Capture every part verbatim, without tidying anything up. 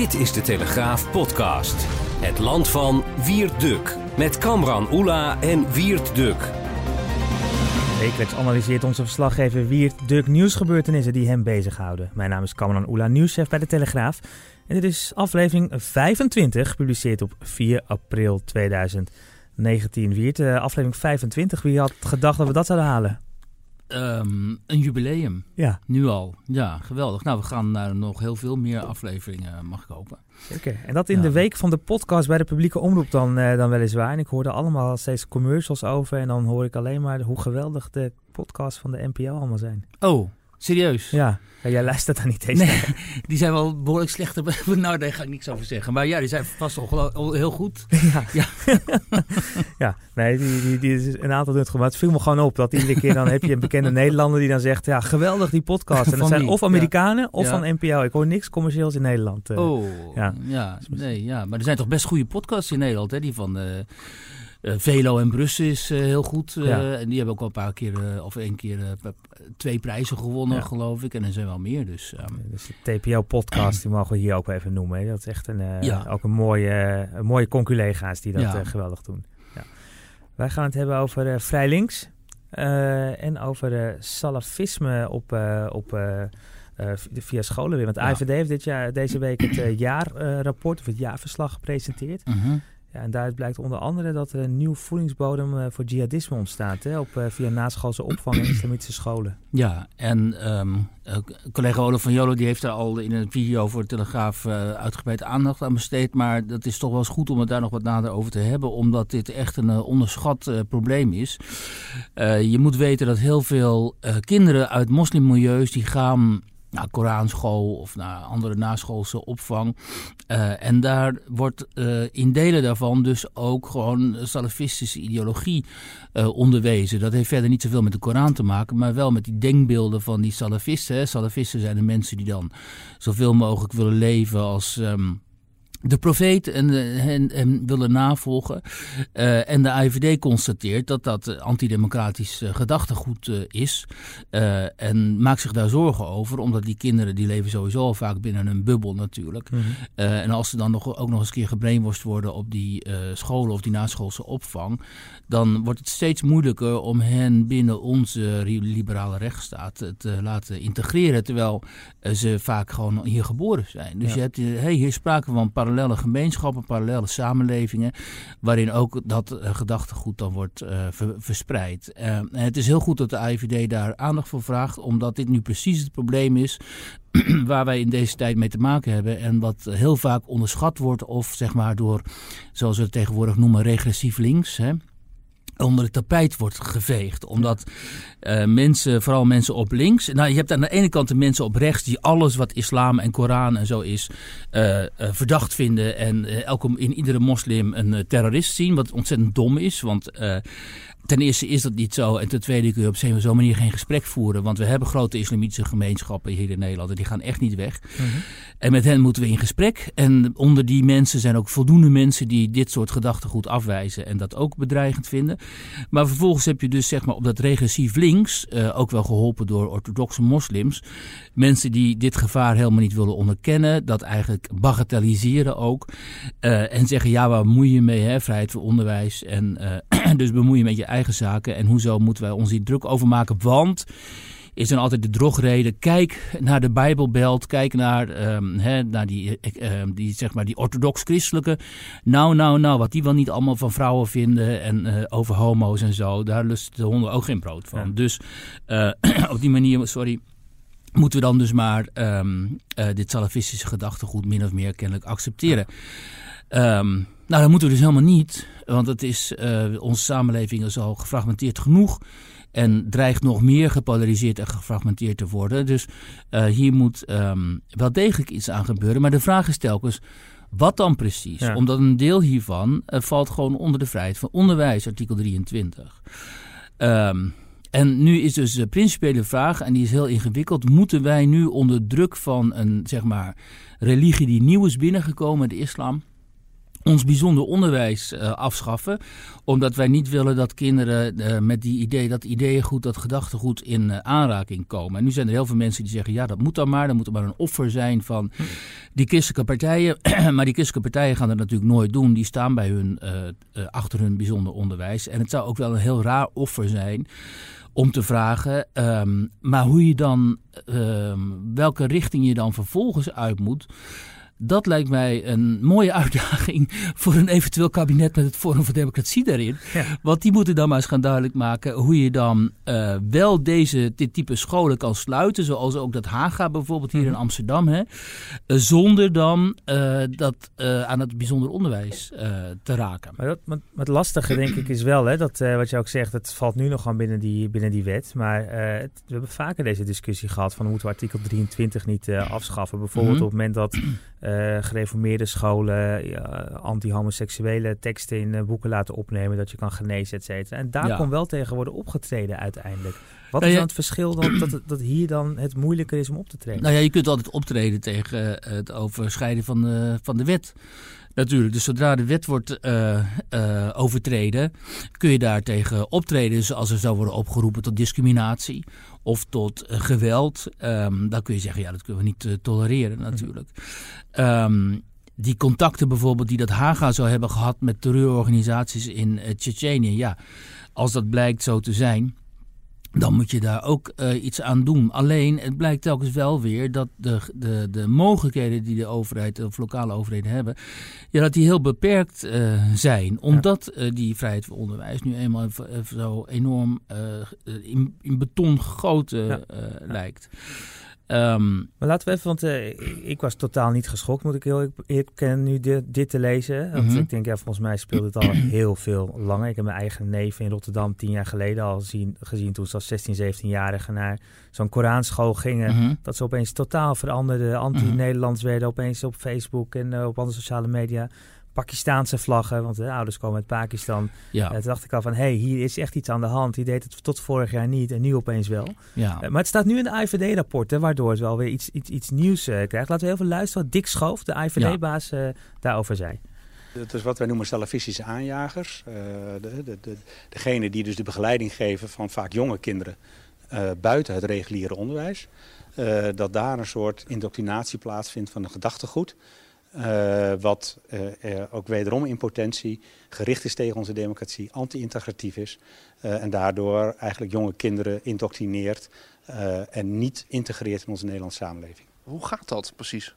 Dit is de Telegraaf podcast. Het land van Wiert Duk. Met Kamran Oela en Wiert Duk. Wekelijks analyseert onze verslaggever Wiert Duk nieuwsgebeurtenissen die hem bezighouden. Mijn naam is Kamran Oela, nieuwschef bij de Telegraaf. En dit is aflevering vijfentwintig, gepubliceerd op vier april tweeduizend negentien. Wiert, uh, aflevering vijfentwintig. Wie had gedacht dat we dat zouden halen? Um, een jubileum. Ja. Nu al. Ja, geweldig. Nou, we gaan naar nog heel veel meer afleveringen, mag ik hopen. Zeker. En dat in ja. de week van de podcast bij de publieke omroep dan, uh, dan weliswaar. En ik hoorde allemaal steeds commercials over. En dan hoor ik alleen maar hoe geweldig de podcasts van de N P O allemaal zijn. Oh, serieus? Ja. Ja, jij luistert daar niet eens nee, naar. Die zijn wel behoorlijk slecht. Nou, daar ga ik niks over zeggen. Maar ja, die zijn vast wel heel goed. Ja. Ja, ja nee, die, die, die is een aantal doen het goed. Maar het viel me gewoon op dat iedere keer dan heb je een bekende Nederlander die dan zegt, ja, geweldig die podcast. En dat zijn of Amerikanen ja. of ja. van N P O. Ik hoor niks commercieels in Nederland. Uh, oh, ja. Ja, nee, ja. Maar er zijn toch best goede podcasts in Nederland, hè? Die van... Uh, Uh, Velo en Brussel is uh, heel goed. Uh, ja. En die hebben ook al een paar keer, uh, of één keer, uh, twee prijzen gewonnen, ja. geloof ik. En er zijn wel meer. Dus, um. dus de T P O-podcast, die mogen we hier ook wel even noemen. Hè. Dat is echt een, uh, ja. ook een mooie, uh, mooie conculega's die dat ja. uh, geweldig doen. Ja. Wij gaan het hebben over uh, vrij links. Uh, en over uh, salafisme op... Uh, op uh, Uh, via scholen weer. Want de ja. A I V D heeft dit jaar, deze week het uh, jaarrapport uh, of het jaarverslag gepresenteerd. Mm-hmm. Ja, en daaruit blijkt onder andere dat er een nieuw voedingsbodem uh, voor jihadisme ontstaat. Hè, op, uh, via naschoolse opvang in islamitische scholen. Ja, en um, uh, collega Olaf van Jolo die heeft daar al in een video voor de Telegraaf uh, uitgebreid aandacht aan besteed. Maar dat is toch wel eens goed om het daar nog wat nader over te hebben. Omdat dit echt een uh, onderschat uh, probleem is. Uh, je moet weten dat heel veel uh, kinderen uit moslimmilieus die gaan... naar Koranschool of naar andere naschoolse opvang. Uh, en daar wordt uh, in delen daarvan dus ook gewoon salafistische ideologie uh, onderwezen. Dat heeft verder niet zoveel met de Koran te maken, maar wel met die denkbeelden van die salafisten. Hè. Salafisten zijn de mensen die dan zoveel mogelijk willen leven als... Um, de profeet en, en, en willen navolgen. Uh, en de A I V D constateert dat dat antidemocratisch uh, gedachtegoed uh, is. Uh, en maakt zich daar zorgen over. Omdat die kinderen die leven sowieso al vaak binnen een bubbel natuurlijk. Mm-hmm. Uh, en als ze dan nog, ook nog eens een keer gebrainwashed worden op die uh, scholen of die naschoolse opvang. Dan wordt het steeds moeilijker om hen binnen onze liberale rechtsstaat te laten integreren. Terwijl uh, ze vaak gewoon hier geboren zijn. Dus ja. je hebt hey, hier sprake van parallele gemeenschappen, parallele samenlevingen, waarin ook dat uh, gedachtegoed dan wordt uh, ver, verspreid. Uh, en het is heel goed dat de A I V D daar aandacht voor vraagt, omdat dit nu precies het probleem is waar wij in deze tijd mee te maken hebben en wat heel vaak onderschat wordt of zeg maar door, zoals we het tegenwoordig noemen, regressief links, hè, onder het tapijt wordt geveegd. Omdat uh, mensen, vooral mensen op links... Nou, je hebt aan de ene kant de mensen op rechts die alles wat islam en Koran en zo is uh, uh, verdacht vinden en uh, elke, in iedere moslim een uh, terrorist zien, wat ontzettend dom is, want... Uh, Ten eerste is dat niet zo en ten tweede kun je op zo'n manier geen gesprek voeren. Want we hebben grote islamitische gemeenschappen hier in Nederland en die gaan echt niet weg. Mm-hmm. En met hen moeten we in gesprek. En onder die mensen zijn ook voldoende mensen die dit soort gedachtegoed afwijzen en dat ook bedreigend vinden. Maar vervolgens heb je dus zeg maar op dat regressief links, uh, ook wel geholpen door orthodoxe moslims, mensen die dit gevaar helemaal niet willen onderkennen, dat eigenlijk bagatelliseren ook. Uh, en zeggen ja, waar bemoei je mee, hè? Vrijheid voor onderwijs en uh, dus bemoei je met je eigen zaken en hoezo moeten wij ons hier druk over maken, want is dan altijd de drogreden, kijk naar de Bijbelbelt, kijk naar, um, he, naar die, um, die, zeg maar die orthodox-christelijke, nou, nou, nou, wat die wel niet allemaal van vrouwen vinden en uh, over homo's en zo, daar lusten de honden ook geen brood van. Ja. Dus uh, op die manier, sorry, moeten we dan dus maar um, uh, dit salafistische gedachtegoed min of meer kennelijk accepteren. Ja. Um, nou, dat moeten we dus helemaal niet, want het is, uh, onze samenleving is al gefragmenteerd genoeg en dreigt nog meer gepolariseerd en gefragmenteerd te worden. Dus uh, hier moet um, wel degelijk iets aan gebeuren. Maar de vraag is telkens, wat dan precies? Ja. Omdat een deel hiervan uh, valt gewoon onder de vrijheid van onderwijs, artikel drieëntwintig. Um, en nu is dus de principiële vraag, en die is heel ingewikkeld, moeten wij nu onder druk van een, zeg maar, religie die nieuw is binnengekomen, de islam, ons bijzonder onderwijs uh, afschaffen. Omdat wij niet willen dat kinderen uh, met die idee, dat ideeëngoed, dat gedachtegoed in uh, aanraking komen. En nu zijn er heel veel mensen die zeggen, ja, dat moet dan maar. Dan moet er maar een offer zijn van die christelijke partijen. Maar die christelijke partijen gaan dat natuurlijk nooit doen. Die staan bij hun, uh, uh, achter hun bijzonder onderwijs. En het zou ook wel een heel raar offer zijn om te vragen, um, maar hoe je dan, um, welke richting je dan vervolgens uit moet. Dat lijkt mij een mooie uitdaging voor een eventueel kabinet met het Forum voor Democratie daarin. Ja. Want die moeten dan maar eens gaan duidelijk maken hoe je dan uh, wel deze, dit type scholen kan sluiten. Zoals ook dat Haga bijvoorbeeld hier mm-hmm. in Amsterdam. Hè, uh, zonder dan uh, dat uh, aan het bijzonder onderwijs uh, te raken. Maar, dat, maar het lastige denk ik is wel, hè, dat uh, wat je ook zegt, het valt nu nog gewoon binnen die, binnen die wet. Maar uh, het, we hebben vaker deze discussie gehad van moeten we artikel drieëntwintig niet uh, afschaffen. Bijvoorbeeld mm-hmm. op het moment dat Uh, gereformeerde scholen uh, anti-homoseksuele teksten in uh, boeken laten opnemen, dat je kan genezen, et cetera. En daar ja. kon wel tegen worden opgetreden uiteindelijk. Wat is dan het verschil dat, dat, dat hier dan het moeilijker is om op te treden? Nou ja, je kunt altijd optreden tegen uh, het overschrijden van de, van de wet. Natuurlijk, dus zodra de wet wordt uh, uh, overtreden, kun je daartegen optreden. Dus als er zou worden opgeroepen tot discriminatie of tot uh, geweld, um, dan kun je zeggen, ja, dat kunnen we niet uh, tolereren natuurlijk. Um, die contacten bijvoorbeeld die dat Haga zou hebben gehad met terreurorganisaties in uh, Tsjetsjenië, ja, als dat blijkt zo te zijn, dan moet je daar ook uh, iets aan doen. Alleen, het blijkt telkens wel weer dat de, de, de mogelijkheden die de overheid of lokale overheden hebben, ja, dat die heel beperkt uh, zijn. Omdat uh, die vrijheid van onderwijs nu eenmaal uh, zo enorm uh, in, in beton gegoten ja. uh, lijkt. Um, maar laten we even, want uh, ik was totaal niet geschokt, moet ik heel eerlijk bekennen, nu dit, dit te lezen. Want mm-hmm. ik denk, ja, volgens mij speelde het al heel veel langer. Ik heb mijn eigen neef in Rotterdam tien jaar geleden al zien, gezien toen ze als zestien, zeventienjarigen naar zo'n Koranschool gingen. Mm-hmm. Dat ze opeens totaal veranderden, anti-Nederlands werden, opeens op Facebook en uh, op andere sociale media. Pakistaanse vlaggen, want de ouders komen uit Pakistan. Ja. Uh, toen dacht ik al van, hé, hey, hier is echt iets aan de hand. Die deed het tot vorig jaar niet en nu opeens wel. Ja. Uh, maar het staat nu in de I V D-rapport, hè, waardoor het wel weer iets, iets, iets nieuws uh, krijgt. Laten we even luisteren wat Dick Schoof, de I V D-baas, ja. uh, daarover zei. Het is wat wij noemen salafistische aanjagers. Uh, de, de, de, degene die dus de begeleiding geven van vaak jonge kinderen uh, buiten het reguliere onderwijs. Uh, dat daar een soort indoctrinatie plaatsvindt van een gedachtegoed. Uh, wat uh, uh, ook wederom in potentie gericht is tegen onze democratie, anti-integratief is. Uh, en daardoor eigenlijk jonge kinderen indoctrineert uh, en niet integreert in onze Nederlandse samenleving. Hoe gaat dat precies?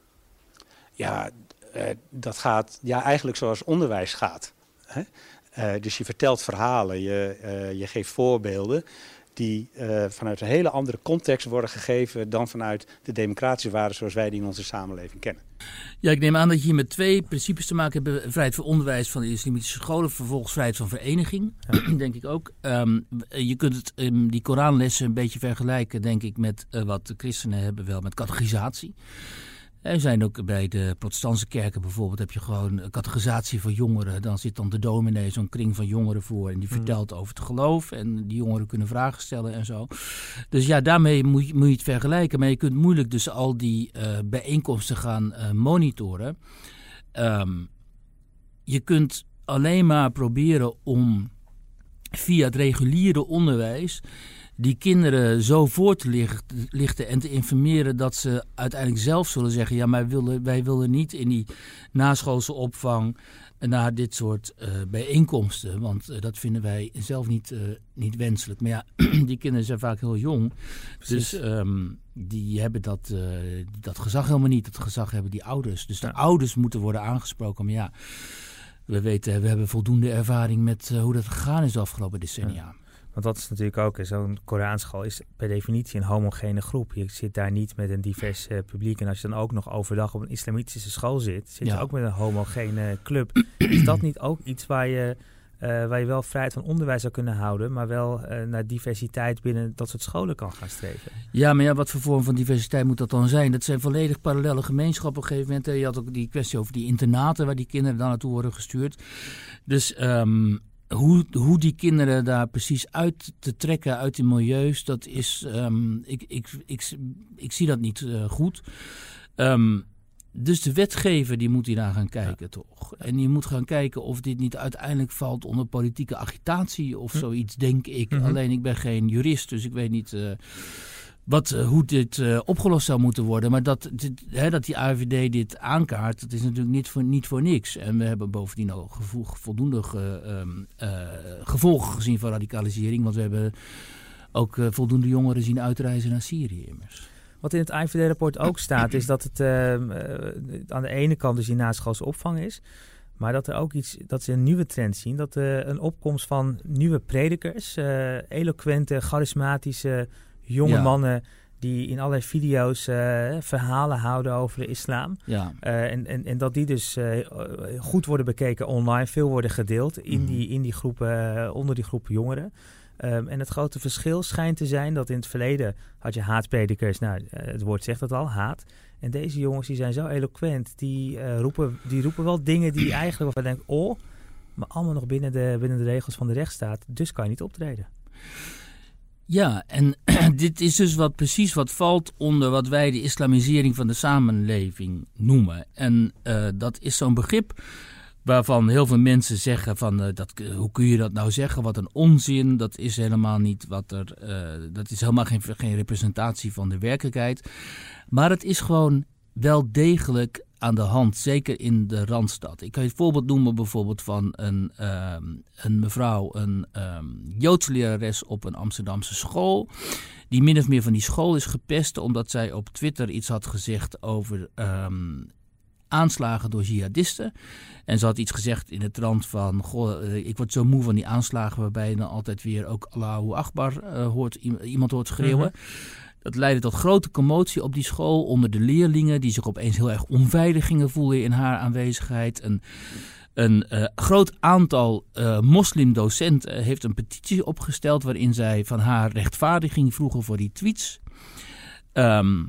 Ja, uh, dat gaat ja, eigenlijk zoals onderwijs gaat. Hè? Uh, dus je vertelt verhalen, je, uh, je geeft voorbeelden die uh, vanuit een hele andere context worden gegeven dan vanuit de democratische waarden zoals wij die in onze samenleving kennen. Ja, ik neem aan dat je hier met twee principes te maken hebt. Vrijheid van onderwijs van de islamitische scholen, vervolgens vrijheid van vereniging, ja. denk ik ook. Um, je kunt het, um, die Koranlessen een beetje vergelijken, denk ik, met uh, wat de christenen hebben wel met catechisatie. Er zijn ook bij de protestantse kerken bijvoorbeeld, heb je gewoon een catechisatie voor jongeren. Dan zit dan de dominee zo'n kring van jongeren voor en die vertelt mm. over het geloof. En die jongeren kunnen vragen stellen en zo. Dus ja, daarmee moet je, moet je het vergelijken. Maar je kunt moeilijk dus al die uh, bijeenkomsten gaan uh, monitoren. Um, je kunt alleen maar proberen om via het reguliere onderwijs die kinderen zo voor te lichten en te informeren dat ze uiteindelijk zelf zullen zeggen, ja, maar wij willen, wij willen niet in die naschoolse opvang naar dit soort uh, bijeenkomsten, want uh, dat vinden wij zelf niet, uh, niet wenselijk. Maar ja, die kinderen zijn vaak heel jong, Precies. dus um, die hebben dat, uh, dat gezag helemaal niet. Dat gezag hebben die ouders. Dus de ja. ouders moeten worden aangesproken, maar ja, we weten, we hebben voldoende ervaring met uh, hoe dat gegaan is de afgelopen decennia. Ja. Want dat is natuurlijk ook, zo'n Koranschool is per definitie een homogene groep. Je zit daar niet met een divers uh, publiek. En als je dan ook nog overdag op een islamitische school zit, zit ja. je ook met een homogene club. Is dat niet ook iets waar je, uh, waar je wel vrijheid van onderwijs zou kunnen houden, maar wel uh, naar diversiteit binnen dat soort scholen kan gaan streven? Ja, maar ja, wat voor vorm van diversiteit moet dat dan zijn? Dat zijn volledig parallele gemeenschappen op een gegeven moment. Je had ook die kwestie over die internaten waar die kinderen dan naartoe worden gestuurd. Dus Um, Hoe, hoe die kinderen daar precies uit te trekken uit die milieus, dat is, um, ik, ik, ik, ik zie dat niet uh, goed. Um, dus de wetgever die moet hiernaar gaan kijken, ja. toch? En die moet gaan kijken of dit niet uiteindelijk valt onder politieke agitatie of hm. zoiets, denk ik. Mm-hmm. Alleen ik ben geen jurist, dus ik weet niet uh, wat, uh, hoe dit uh, opgelost zou moeten worden. Maar dat, dit, hè, dat die A I V D dit aankaart, dat is natuurlijk niet voor, niet voor niks. En we hebben bovendien al gevo- voldoende ge, um, uh, gevolgen gezien van radicalisering, want we hebben ook uh, voldoende jongeren zien uitreizen naar Syrië immers. Wat in het A I V D-rapport ook staat, is dat het uh, uh, aan de ene kant dus die naschoolse opvang is, maar dat er ook iets, dat ze een nieuwe trend zien, dat uh, een opkomst van nieuwe predikers, uh, eloquente, charismatische jonge ja. mannen die in allerlei video's uh, verhalen houden over de islam. Ja. Uh, en, en, en dat die dus uh, goed worden bekeken online, veel worden gedeeld in, mm-hmm. die, in die groepen, uh, onder die groepen jongeren. Um, en het grote verschil schijnt te zijn dat in het verleden had je haatpredikers, nou, uh, het woord zegt het al, haat. En deze jongens die zijn zo eloquent, die, uh, roepen, die roepen wel dingen die eigenlijk waarvan je denkt, oh, maar allemaal nog binnen de, binnen de regels van de rechtsstaat, dus kan je niet optreden. Ja, en dit is dus wat, precies wat valt onder wat wij de islamisering van de samenleving noemen. En uh, dat is zo'n begrip waarvan heel veel mensen zeggen van uh, dat, uh, hoe kun je dat nou zeggen? Wat een onzin. Dat is helemaal niet wat er. Uh, dat is helemaal geen, geen representatie van de werkelijkheid. Maar het is gewoon wel degelijk aan de hand, zeker in de Randstad. Ik kan je het voorbeeld noemen bijvoorbeeld van een, um, een mevrouw, een um, Joodse lerares op een Amsterdamse school, die min of meer van die school is gepest omdat zij op Twitter iets had gezegd over um, aanslagen door jihadisten. En ze had iets gezegd in de trant van, goh, ik word zo moe van die aanslagen waarbij je dan altijd weer ook Allahu Akbar uh, hoort, iemand hoort schreeuwen. Mm-hmm. Dat leidde tot grote commotie op die school onder de leerlingen die zich opeens heel erg onveilig gingen voelen in haar aanwezigheid. Een, een uh, groot aantal uh, moslimdocenten heeft een petitie opgesteld waarin zij van haar rechtvaardiging vroegen voor die tweets. Um,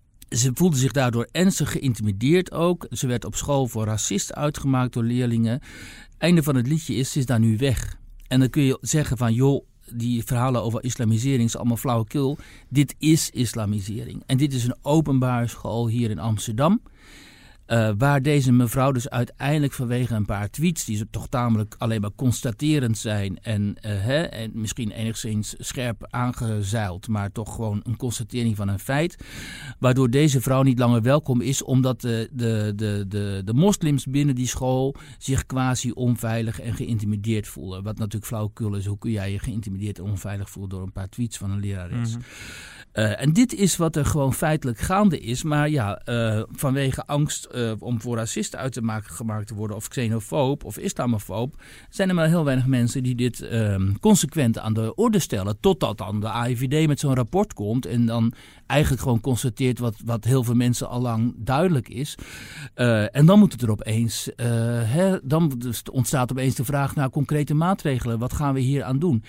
Ze voelde zich daardoor ernstig geïntimideerd ook. Ze werd op school voor racist uitgemaakt door leerlingen. Einde van het liedje is, ze is daar nu weg. En dan kun je zeggen van, joh, die verhalen over islamisering is allemaal flauwekul. Dit is islamisering. En dit is een openbare school hier in Amsterdam. Uh, waar deze mevrouw dus uiteindelijk vanwege een paar tweets, die toch tamelijk alleen maar constaterend zijn en, uh, hè, en misschien enigszins scherp aangezeild, maar toch gewoon een constatering van een feit, waardoor deze vrouw niet langer welkom is, omdat de, de, de, de, de moslims binnen die school zich quasi onveilig en geïntimideerd voelen. Wat natuurlijk flauwekul is, hoe kun jij je geïntimideerd en onveilig voelen door een paar tweets van een lerares. Mm-hmm. Uh, en dit is wat er gewoon feitelijk gaande is, maar ja, uh, vanwege angst uh, om voor racist uit te maken gemaakt te worden of xenofoob of islamofoob, zijn er maar heel weinig mensen die dit uh, consequent aan de orde stellen, totdat dan de A I V D met zo'n rapport komt en dan eigenlijk gewoon constateert wat, wat heel veel mensen al lang duidelijk is. Uh, en dan moet het er opeens, uh, hè, dan ontstaat opeens de vraag naar concrete maatregelen. Wat gaan we hier aan doen?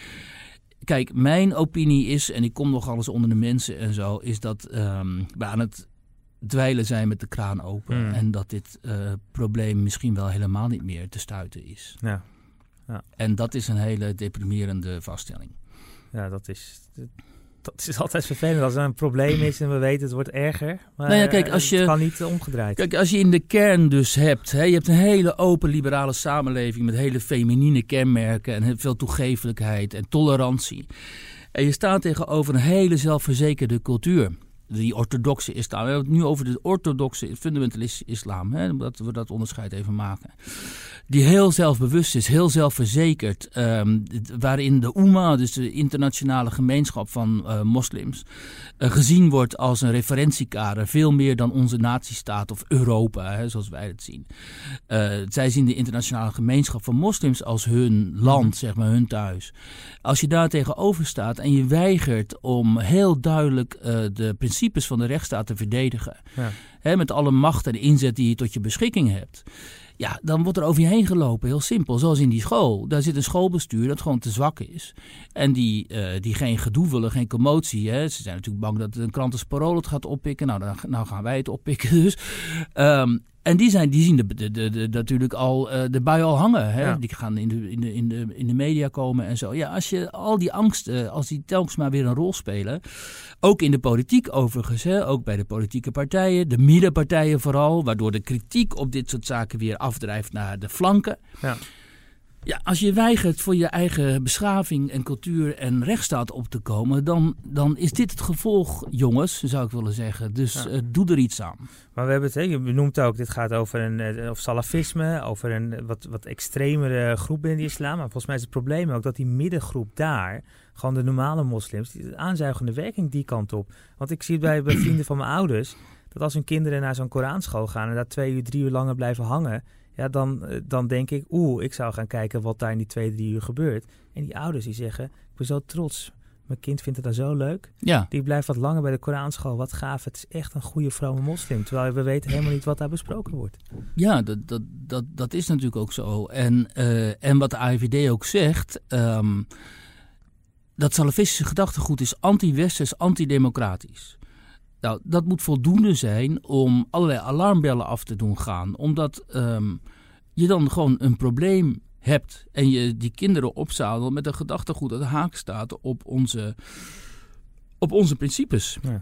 Kijk, mijn opinie is, en ik kom nog alles onder de mensen en zo, is dat um, we aan het dweilen zijn met de kraan open. Mm. En dat dit uh, probleem misschien wel helemaal niet meer te stuiten is. Ja. Ja. En dat is een hele deprimerende vaststelling. Ja, dat is... Dat is altijd vervelend als er een probleem is en we weten het wordt erger. Maar nou ja, kijk, als je, het kan niet omgedraaid. Kijk, als je in de kern dus hebt, hè, je hebt een hele open liberale samenleving met hele feminine kenmerken en heel veel toegeeflijkheid en tolerantie. En je staat tegenover een hele zelfverzekerde cultuur. Die orthodoxe islam. We hebben het nu over de orthodoxe fundamentalistische islam. Hè, dat we dat onderscheid even maken. Die heel zelfbewust is, heel zelfverzekerd. Um, waarin de Oema, dus de internationale gemeenschap van uh, moslims, uh, gezien wordt als een referentiekader. Veel meer dan onze natiestaat of Europa, hè, zoals wij het zien. Uh, zij zien de internationale gemeenschap van moslims als hun land, zeg maar, hun thuis. Als je daar tegenover staat en je weigert om heel duidelijk uh, de principes van de rechtsstaat te verdedigen. Ja. Hè, met alle macht en inzet die je tot je beschikking hebt. Ja, dan wordt er over je heen gelopen, heel simpel. Zoals in die school. Daar zit een schoolbestuur dat gewoon te zwak is. En die, uh, die geen gedoe willen, geen commotie. Hè. Ze zijn natuurlijk bang dat een krant als Parool het gaat oppikken. Nou, dan, nou gaan wij het oppikken dus. Um, En die, zijn, die zien de, de, de, de, natuurlijk al uh, de bui al hangen. Hè? Ja. Die gaan in de, in, de, in, de, in de media komen en zo. Ja, als je al die angsten, als die telkens maar weer een rol spelen. Ook in de politiek overigens. Hè? Ook bij de politieke partijen. De middenpartijen vooral. Waardoor de kritiek op dit soort zaken weer afdrijft naar de flanken. Ja. Ja, als je weigert voor je eigen beschaving en cultuur en rechtsstaat op te komen, dan, dan is dit het gevolg, jongens, zou ik willen zeggen. Dus ja. uh, doe er iets aan. Maar we hebben het, hè, je benoemt ook, dit gaat over een of salafisme, over een wat, wat extremere groep binnen de islam. Maar volgens mij is het probleem ook dat die middengroep daar, gewoon de normale moslims, die aanzuigende werking die kant op. Want ik zie het bij, bij vrienden van mijn ouders, dat als hun kinderen naar zo'n Koranschool gaan en daar twee uur, drie uur langer blijven hangen, ja, dan, dan denk ik, oeh, ik zou gaan kijken wat daar in die twee, drie uur gebeurt. En die ouders die zeggen, ik ben zo trots. Mijn kind vindt het daar zo leuk. Ja. Die blijft wat langer bij de Koranschool. Wat gaaf, het is echt een goede vrome moslim. Terwijl we weten helemaal niet wat daar besproken wordt. Ja, dat, dat, dat, dat is natuurlijk ook zo. En, uh, en wat de A I V D ook zegt, um, dat salafistische gedachtegoed is anti-westers, antidemocratisch. Nou, dat moet voldoende zijn om allerlei alarmbellen af te doen gaan. Omdat um, je dan gewoon een probleem hebt en je die kinderen opzadelt met een gedachtegoed dat haak staat op onze, op onze principes. Ja.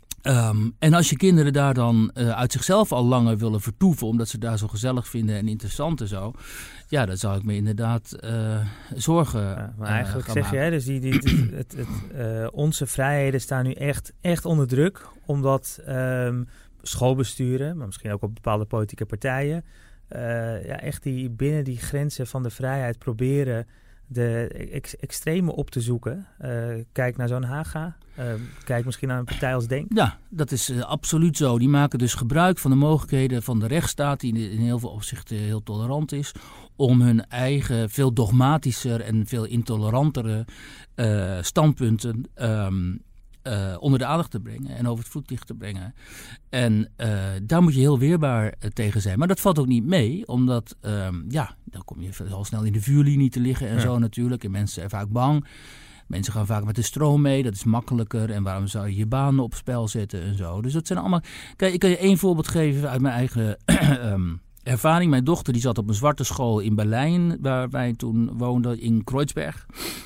Um, en als je kinderen daar dan uh, uit zichzelf al langer willen vertoeven, omdat ze daar zo gezellig vinden en interessant en zo, ja, dan zou ik me inderdaad uh, zorgen ja, maar uh, eigenlijk gaan zeg maken. je, hè, dus die, die, die, het, het, uh, onze vrijheden staan nu echt, echt onder druk, omdat um, schoolbesturen, maar misschien ook op bepaalde politieke partijen, uh, ja, echt die binnen die grenzen van de vrijheid proberen de ex- extreme op te zoeken. Uh, kijk naar zo'n Haga. Uh, kijk misschien naar een partij als Denk. Ja, dat is uh, absoluut zo. Die maken dus gebruik van de mogelijkheden van de rechtsstaat, die in heel veel opzichten heel tolerant is, om hun eigen veel dogmatischer en veel intolerantere uh, standpunten um, Uh, onder de aandacht te brengen en over het voetlicht te brengen. En uh, daar moet je heel weerbaar uh, tegen zijn. Maar dat valt ook niet mee, omdat um, ja, dan kom je al snel in de vuurlinie te liggen en ja. zo natuurlijk. En mensen zijn vaak bang. Mensen gaan vaak met de stroom mee, dat is makkelijker. En waarom zou je je banen op spel zetten en zo. Dus dat zijn allemaal... Kijk, ik kan je één voorbeeld geven uit mijn eigen um, ervaring. Mijn dochter die zat op een zwarte school in Berlijn, waar wij toen woonden, in Kreuzberg.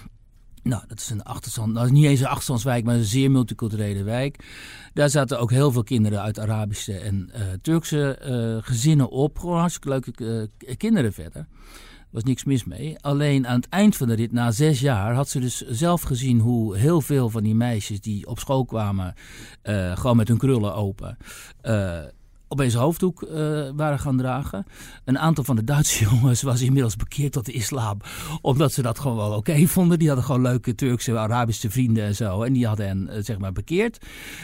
Nou, dat is een achterstand, nou, niet eens een achterstandswijk, maar een zeer multiculturele wijk. Daar zaten ook heel veel kinderen uit Arabische en uh, Turkse uh, gezinnen op. Gewoon hartstikke leuke uh, kinderen verder. Er was niks mis mee. Alleen aan het eind van de rit, na zes jaar, had ze dus zelf gezien hoe heel veel van die meisjes die op school kwamen, uh, gewoon met hun krullen open, Uh, opeens een hoofddoek uh, waren gaan dragen. Een aantal van de Duitse jongens was inmiddels bekeerd tot de islam. Omdat ze dat gewoon wel oké okay vonden. Die hadden gewoon leuke Turkse, Arabische vrienden en zo. En die hadden hen uh, zeg maar bekeerd.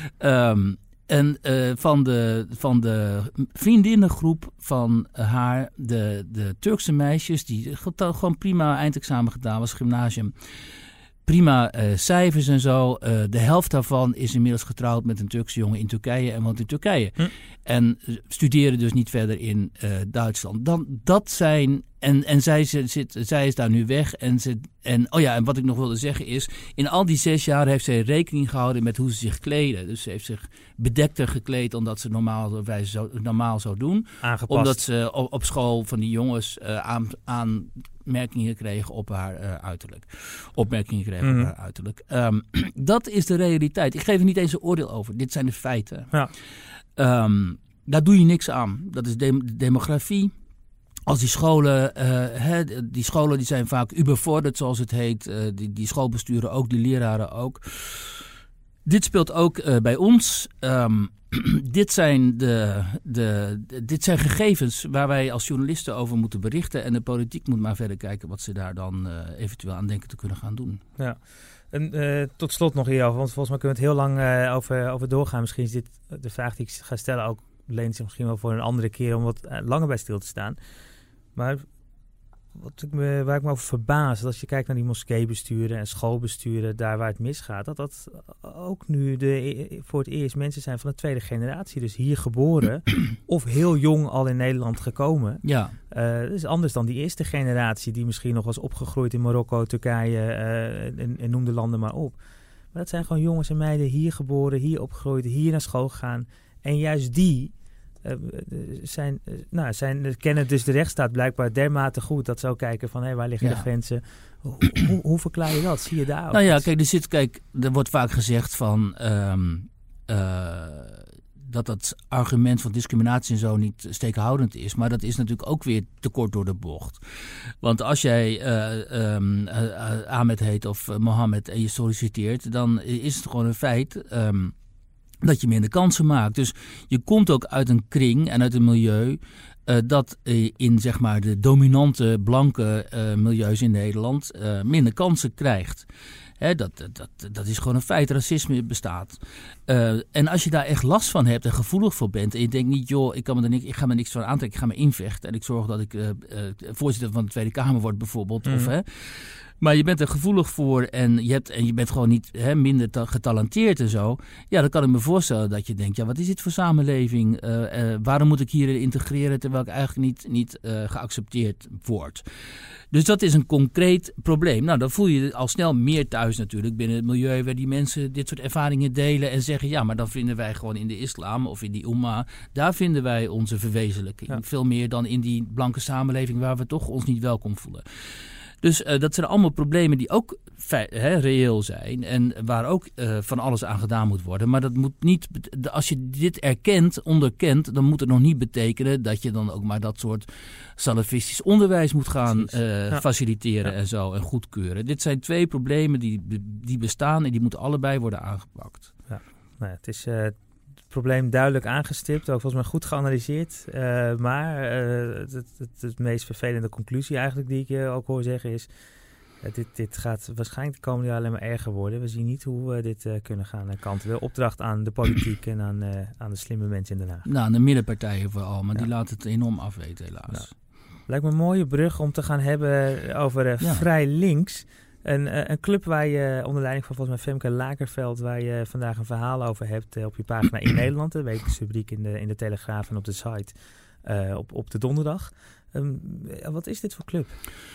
Um, en uh, van, de, van de vriendinnengroep van haar, de, de Turkse meisjes, die gewoon prima eindexamen gedaan was, gymnasium. Prima uh, cijfers en zo. Uh, de helft daarvan is inmiddels getrouwd met een Turkse jongen in Turkije en woont in Turkije. Hm. En uh, studeren dus niet verder in uh, Duitsland. Dan, dat zijn... En, en zij, zit, zij is daar nu weg. En, ze, en, oh ja, en wat ik nog wilde zeggen is, in al die zes jaar heeft zij rekening gehouden met hoe ze zich kleden. Dus ze heeft zich bedekter gekleed dan dat ze normaal, wij zo, normaal zou doen. Aangepast. Omdat ze op, op school van die jongens uh, aan, aanmerkingen kregen op haar uh, uiterlijk. Opmerkingen kregen mm. op haar uiterlijk. Um, dat is de realiteit. Ik geef er niet eens een oordeel over. Dit zijn de feiten. Ja. Um, daar doe je niks aan. Dat is de, de demografie. Als die scholen, uh, hè, die scholen die zijn vaak überforderd, zoals het heet. Uh, die, die schoolbesturen ook, die leraren ook. Dit speelt ook uh, bij ons. Um, dit, zijn de, de, de, dit zijn gegevens waar wij als journalisten over moeten berichten. En de politiek moet maar verder kijken wat ze daar dan uh, eventueel aan denken te kunnen gaan doen. Ja. En uh, tot slot nog hierover, want volgens mij kunnen we het heel lang uh, over, over doorgaan. Misschien is dit de vraag die ik ga stellen ook, leent zich misschien wel voor een andere keer om wat uh, langer bij stil te staan. Maar wat ik me, waar ik me over verbaas, dat als je kijkt naar die moskeebesturen en schoolbesturen, daar waar het misgaat, dat dat ook nu de, voor het eerst mensen zijn van de tweede generatie. Dus hier geboren of heel jong al in Nederland gekomen. Ja. Uh, dat is anders dan die eerste generatie die misschien nog was opgegroeid in Marokko, Turkije uh, en, en noem de landen maar op. Maar dat zijn gewoon jongens en meiden hier geboren, hier opgegroeid, hier naar school gegaan. En juist die uh, zijn, uh, nou, zijn, kennen dus de rechtsstaat blijkbaar dermate goed dat ze ook kijken van, hé, hey, waar liggen ja. de grenzen? Hoe, hoe, hoe verklaar je dat? Zie je daar ook? Nou ja, kijk, er zit, kijk, er wordt vaak gezegd van um, uh, dat dat argument van discriminatie en zo niet steekhoudend is. Maar dat is natuurlijk ook weer te kort door de bocht. Want als jij uh, um, uh, Ahmed heet of uh, Mohammed en je solliciteert, dan is het gewoon een feit um, dat je minder kansen maakt. Dus je komt ook uit een kring en uit een milieu uh, dat uh, in zeg maar de dominante blanke uh, milieus in Nederland uh, minder kansen krijgt. He, dat, dat, dat is gewoon een feit. Racisme bestaat. Uh, en als je daar echt last van hebt en gevoelig voor bent en je denkt niet, joh, ik, kan me er niks, ik ga me niks van aantrekken, ik ga me invechten en ik zorg dat ik uh, uh, voorzitter van de Tweede Kamer word bijvoorbeeld. Mm. Of, hè, maar je bent er gevoelig voor en je, hebt, en je bent gewoon niet hè, minder ta- getalenteerd en zo. Ja, dan kan ik me voorstellen dat je denkt, ja, wat is dit voor samenleving? Uh, uh, waarom moet ik hierin integreren terwijl ik eigenlijk niet, niet uh, geaccepteerd word? Dus dat is een concreet probleem. Nou, dan voel je je al snel meer thuis natuurlijk binnen het milieu waar die mensen dit soort ervaringen delen en zeggen, ja, maar dan vinden wij gewoon in de islam of in die umma, daar vinden wij onze verwezenlijking. Ja. Veel meer dan in die blanke samenleving waar we toch ons niet welkom voelen. Dus uh, dat zijn allemaal problemen die ook fe- hè, reëel zijn en waar ook uh, van alles aan gedaan moet worden. Maar dat moet niet, als je dit erkent, onderkent, dan moet het nog niet betekenen dat je dan ook maar dat soort salafistisch onderwijs moet gaan uh, ja. faciliteren ja. en zo en goedkeuren. Dit zijn twee problemen die, die bestaan en die moeten allebei worden aangepakt. Ja, nou, het is uh, het probleem duidelijk aangestipt, ook volgens mij goed geanalyseerd. Uh, maar uh, het, het, het, het meest vervelende conclusie eigenlijk die ik je ook hoor zeggen is, uh, dit, dit gaat waarschijnlijk de komende jaren alleen maar erger worden. We zien niet hoe we dit uh, kunnen gaan kantelen. Opdracht aan de politiek en aan, uh, aan de slimme mensen in Den Haag. Nou, de middenpartijen vooral, maar ja. die laten het enorm afweten helaas. Nou, lijkt me een mooie brug om te gaan hebben over uh, ja. Vrij Links. Een, een club waar je onder leiding van volgens mij Femke Lakerveld, waar je vandaag een verhaal over hebt uh, op je pagina in Nederland, de wekelijkse rubriek in de, in de Telegraaf en op de site uh, op, op de donderdag. Um, wat is dit voor club?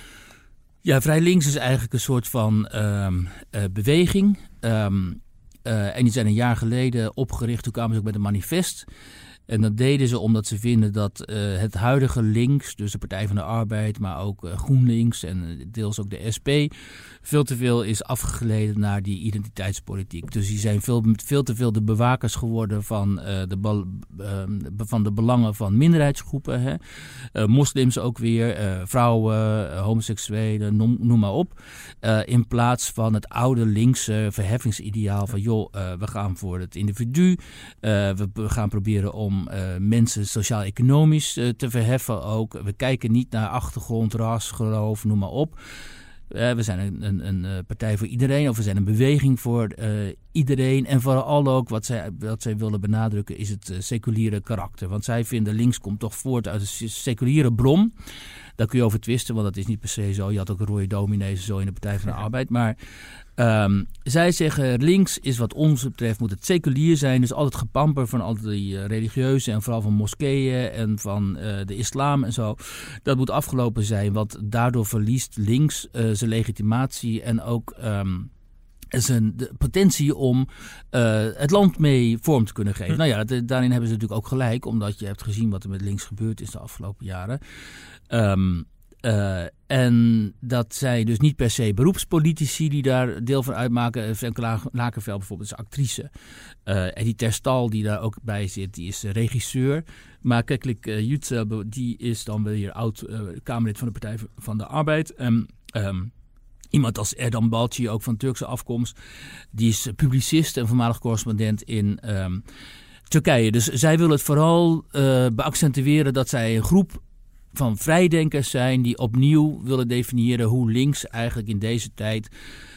Ja, Vrij Links is eigenlijk een soort van um, uh, beweging. Um, uh, en die zijn een jaar geleden opgericht, toen kwamen ze ook met een manifest. En dat deden ze omdat ze vinden dat uh, het huidige links, dus de Partij van de Arbeid, maar ook uh, GroenLinks en deels ook de S P, veel te veel is afgegleden naar die identiteitspolitiek. Dus die zijn veel, veel te veel de bewakers geworden van, uh, de, bal, uh, van de belangen van minderheidsgroepen. Hè? Uh, moslims ook weer, uh, vrouwen, uh, homoseksuelen, noem, noem maar op. Uh, in plaats van het oude linkse verheffingsideaal van joh, uh, we gaan voor het individu, uh, we, we gaan proberen om Uh, mensen sociaal-economisch uh, te verheffen ook. We kijken niet naar achtergrond, ras, geloof, noem maar op. Uh, we zijn een, een, een uh, partij voor iedereen, of we zijn een beweging voor uh, iedereen. En vooral ook, wat zij, wat zij willen benadrukken, is het uh, seculiere karakter. Want zij vinden links komt toch voort uit een seculiere bron. Daar kun je over twisten, want dat is niet per se zo. Je had ook een rode dominees zo in de Partij van de Arbeid. Maar um, zij zeggen links is wat ons betreft moet het seculier zijn. Dus al het gepamper van al die uh, religieuze en vooral van moskeeën en van uh, de islam en zo. Dat moet afgelopen zijn, want daardoor verliest links uh, zijn legitimatie en ook Um, zijn de potentie om uh, het land mee vorm te kunnen geven. Hm. Nou ja, dat, daarin hebben ze natuurlijk ook gelijk, omdat je hebt gezien wat er met links gebeurd is de afgelopen jaren. Um, uh, en dat zijn dus niet per se beroepspolitici die daar deel van uitmaken. Femke Lakerveld bijvoorbeeld is actrice. Uh, en die Ter Stal die daar ook bij zit, die is regisseur. Maar Keklik uh, Yücel, die is dan weer oud uh, Kamerlid van de Partij van de Arbeid. Um, um, Iemand als Erdem Balci, ook van Turkse afkomst. Die is publicist en voormalig correspondent in um, Turkije. Dus zij willen het vooral uh, beaccentueren dat zij een groep van vrijdenkers zijn die opnieuw willen definiëren hoe links eigenlijk in deze tijd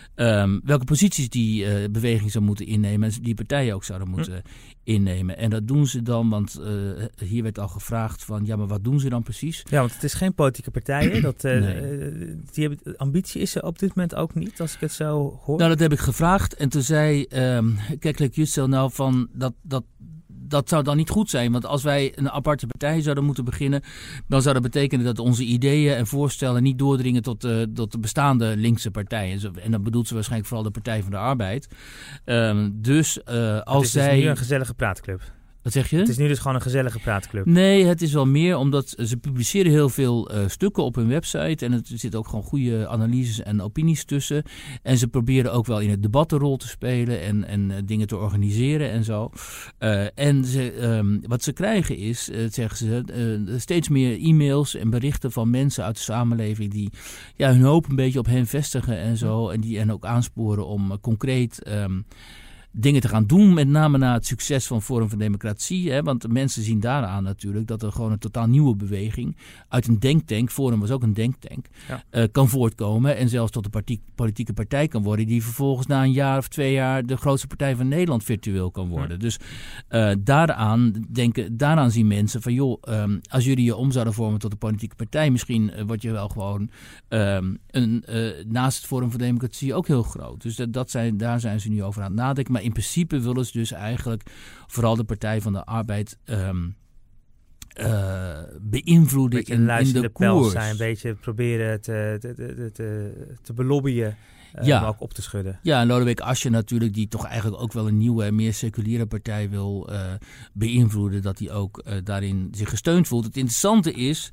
Um, welke posities die uh, beweging zou moeten innemen en die partijen ook zouden moeten hm. innemen. En dat doen ze dan, want uh, hier werd al gevraagd van, ja, maar wat doen ze dan precies? Ja, want het is geen politieke partij. Dat, uh, nee. die hebben, ambitie is er op dit moment ook niet, als ik het zo hoor. Nou, dat heb ik gevraagd. En toen zei um, Keklik Yücel nou van, dat, dat, dat zou dan niet goed zijn. Want als wij een aparte partij zouden moeten beginnen, dan zou dat betekenen dat onze ideeën en voorstellen niet doordringen tot, uh, tot de bestaande linkse partijen. En dan bedoelt ze waarschijnlijk vooral de Partij van de Arbeid. Um, dus uh, als het is zij... dus nu een gezellige praatclub. Wat zeg je? Het is nu dus gewoon een gezellige praatclub. Nee, het is wel meer omdat ze publiceren heel veel uh, stukken op hun website. En er zitten ook gewoon goede analyses en opinies tussen. En ze proberen ook wel in het debat een rol te spelen en, en uh, dingen te organiseren en zo. Uh, en ze, um, wat ze krijgen is, uh, zeggen ze, uh, steeds meer e-mails en berichten van mensen uit de samenleving die ja, hun hoop een beetje op hen vestigen en zo. En die hen ook aansporen om uh, concreet Um, dingen te gaan doen, met name na het succes van Forum voor Democratie. Hè, want de mensen zien daaraan natuurlijk dat er gewoon een totaal nieuwe beweging uit een denktank, Forum was ook een denktank, ja. uh, kan voortkomen en zelfs tot een partie, politieke partij kan worden die vervolgens na een jaar of twee jaar de grootste partij van Nederland virtueel kan worden. Ja. Dus uh, daaraan, denken, daaraan zien mensen van joh, um, als jullie je om zouden vormen tot een politieke partij, misschien uh, word je wel gewoon um, een, uh, naast het Forum voor Democratie ook heel groot. Dus dat, dat zijn, daar zijn ze nu over aan het nadenken. Maar in principe willen ze dus eigenlijk vooral de Partij van de Arbeid um, uh, beïnvloeden in, in de koers. Zijn, een beetje proberen te, te, te, te, te belobbyen, uh, ja. maar ook op te schudden. Ja, en Lodewijk Asscher natuurlijk, die toch eigenlijk ook wel een nieuwe, meer seculiere partij wil uh, beïnvloeden, dat hij ook uh, daarin zich gesteund voelt. Het interessante is,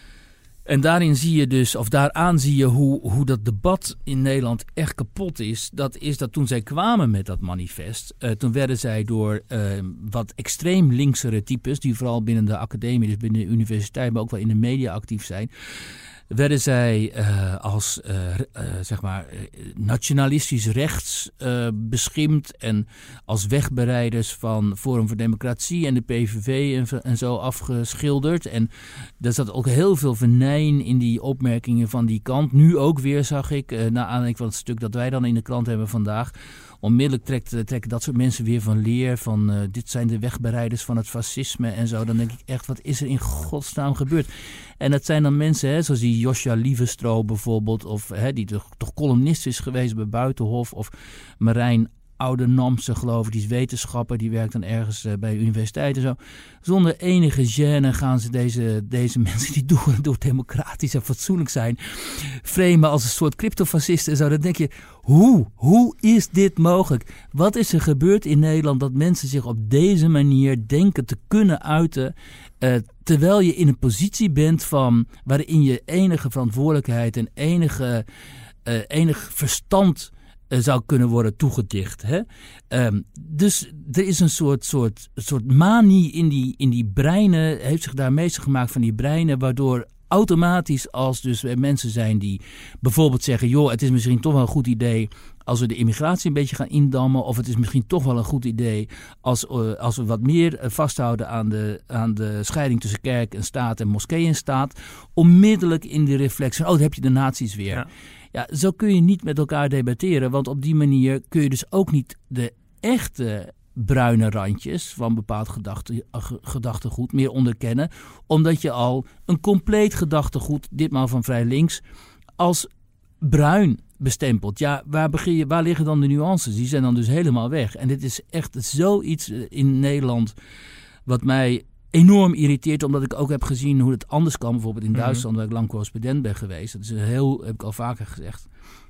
en daarin zie je dus, of daaraan zie je hoe, hoe dat debat in Nederland echt kapot is. Dat is dat toen zij kwamen met dat manifest, uh, toen werden zij door uh, wat extreem linksere types, die vooral binnen de academie, dus binnen de universiteit, maar ook wel in de media actief zijn, werden zij uh, als uh, uh, zeg maar uh, nationalistisch rechts uh, beschimpt en als wegbereiders van Forum voor Democratie en de P V V en, en zo afgeschilderd. En er zat ook heel veel venijn in die opmerkingen van die kant. Nu ook weer, zag ik, uh, naar aanleiding van het stuk dat wij dan in de krant hebben vandaag. Onmiddellijk trekt, trekken dat soort mensen weer van leer van uh, dit zijn de wegbereiders van het fascisme en zo. Dan denk ik echt, wat is er in godsnaam gebeurd? En dat zijn dan mensen, hè, zoals die Josja Lievestro bijvoorbeeld, of hè, die toch, toch columnist is geweest bij Buitenhof, of Marijn Oudenamse, geloof ik, die is wetenschapper, die werkt dan ergens uh, bij de universiteit en zo. Zonder enige gêne gaan ze deze, deze mensen die door, door democratisch en fatsoenlijk zijn, framen als een soort cryptofascisten en zo. Dan denk je, hoe? Hoe is dit mogelijk? Wat is er gebeurd in Nederland dat mensen zich op deze manier denken te kunnen uiten, uh, terwijl je in een positie bent van waarin je enige verantwoordelijkheid en enige, uh, enig verstand zou kunnen worden toegedicht. Hè? Um, dus er is een soort, soort, soort manie in die, in die breinen, heeft zich daar meester gemaakt van die breinen, waardoor automatisch als dus mensen zijn die bijvoorbeeld zeggen, joh, het is misschien toch wel een goed idee als we de immigratie een beetje gaan indammen, of het is misschien toch wel een goed idee als, uh, als we wat meer uh, vasthouden aan de, aan de scheiding tussen kerk en staat en moskee en staat, onmiddellijk in de reflex van, oh, dan heb je de nazi's weer. Ja. Ja, zo kun je niet met elkaar debatteren, want op die manier kun je dus ook niet de echte bruine randjes van bepaald gedachte, gedachtegoed meer onderkennen, omdat je al een compleet gedachtegoed, ditmaal van vrij links, als bruin bestempelt. Ja, waar, begin je, waar liggen dan de nuances? Die zijn dan dus helemaal weg. En dit is echt zoiets in Nederland wat mij enorm irriteert, omdat ik ook heb gezien hoe het anders kan. Bijvoorbeeld in Duitsland, mm-hmm. waar ik lang correspondent ben geweest. Dat is een heel, heb ik al vaker gezegd,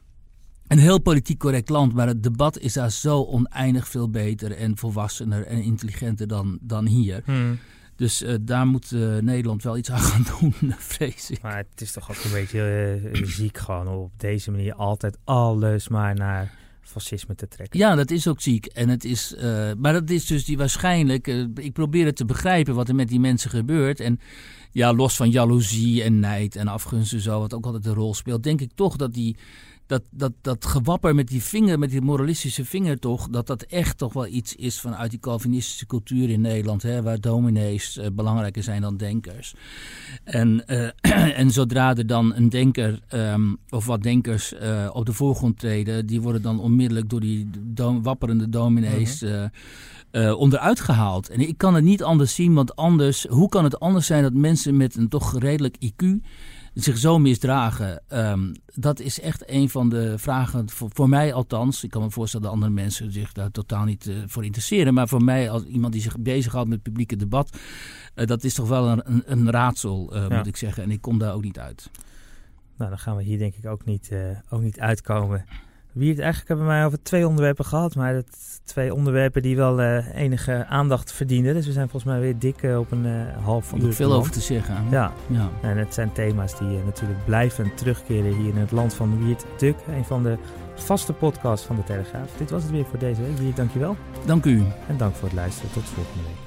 een heel politiek correct land, maar het debat is daar zo oneindig veel beter en volwassener en intelligenter dan, dan hier. Mm. Dus uh, daar moet uh, Nederland wel iets aan gaan doen, vrees ik. Maar het is toch ook een beetje uh, ziek gewoon op deze manier altijd alles maar naar fascisme te trekken. Ja, dat is ook ziek. En het is, uh, maar dat is dus die waarschijnlijk, uh, ik probeer het te begrijpen wat er met die mensen gebeurt. En ja, los van jaloezie en nijd en afgunst en zo, wat ook altijd een rol speelt, denk ik toch dat die Dat, dat, dat gewapper met die vinger, met die moralistische vinger toch, dat dat echt toch wel iets is vanuit die Calvinistische cultuur in Nederland, hè, waar dominees uh, belangrijker zijn dan denkers. En, uh, en zodra er dan een denker um, of wat denkers uh, op de voorgrond treden, die worden dan onmiddellijk door die do- wapperende dominees uh, uh, onderuit gehaald. En ik kan het niet anders zien, want anders, hoe kan het anders zijn dat mensen met een toch redelijk I Q zich zo misdragen? Um, dat is echt een van de vragen, voor, voor mij althans. Ik kan me voorstellen dat andere mensen zich daar totaal niet uh, voor interesseren. Maar voor mij, als iemand die zich bezighoudt met het publieke debat, uh, dat is toch wel een, een, een raadsel, uh, ja. moet ik zeggen. En ik kom daar ook niet uit. Nou, dan gaan we hier denk ik ook niet, uh, ook niet uitkomen. Wiert, eigenlijk hebben we maar over twee onderwerpen gehad, maar dat twee onderwerpen die wel uh, enige aandacht verdienen. Dus we zijn volgens mij weer dik uh, op een uh, half uur. Er is veel over te zeggen. Ja. ja, en het zijn thema's die uh, natuurlijk blijven terugkeren hier in het land van Wiert Duk. Een van de vaste podcasts van de Telegraaf. Dit was het weer voor deze week. Wiert, dankjewel. Dank u. En dank voor het luisteren. Tot volgende week.